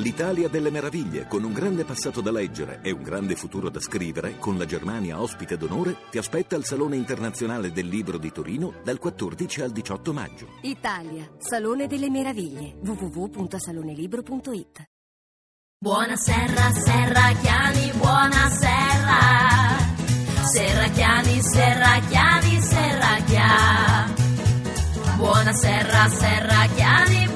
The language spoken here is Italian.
L'Italia delle meraviglie, con un grande passato da leggere e un grande futuro da scrivere, con la Germania ospite d'onore, ti aspetta al Salone Internazionale del Libro di Torino dal 14 al 18 maggio. Italia, Salone delle Meraviglie, www.salonelibro.it. Buonasera, Serracchiani, buonasera. Serracchiani, Serracchiani, Serracchiani. Buonasera, Serracchiani,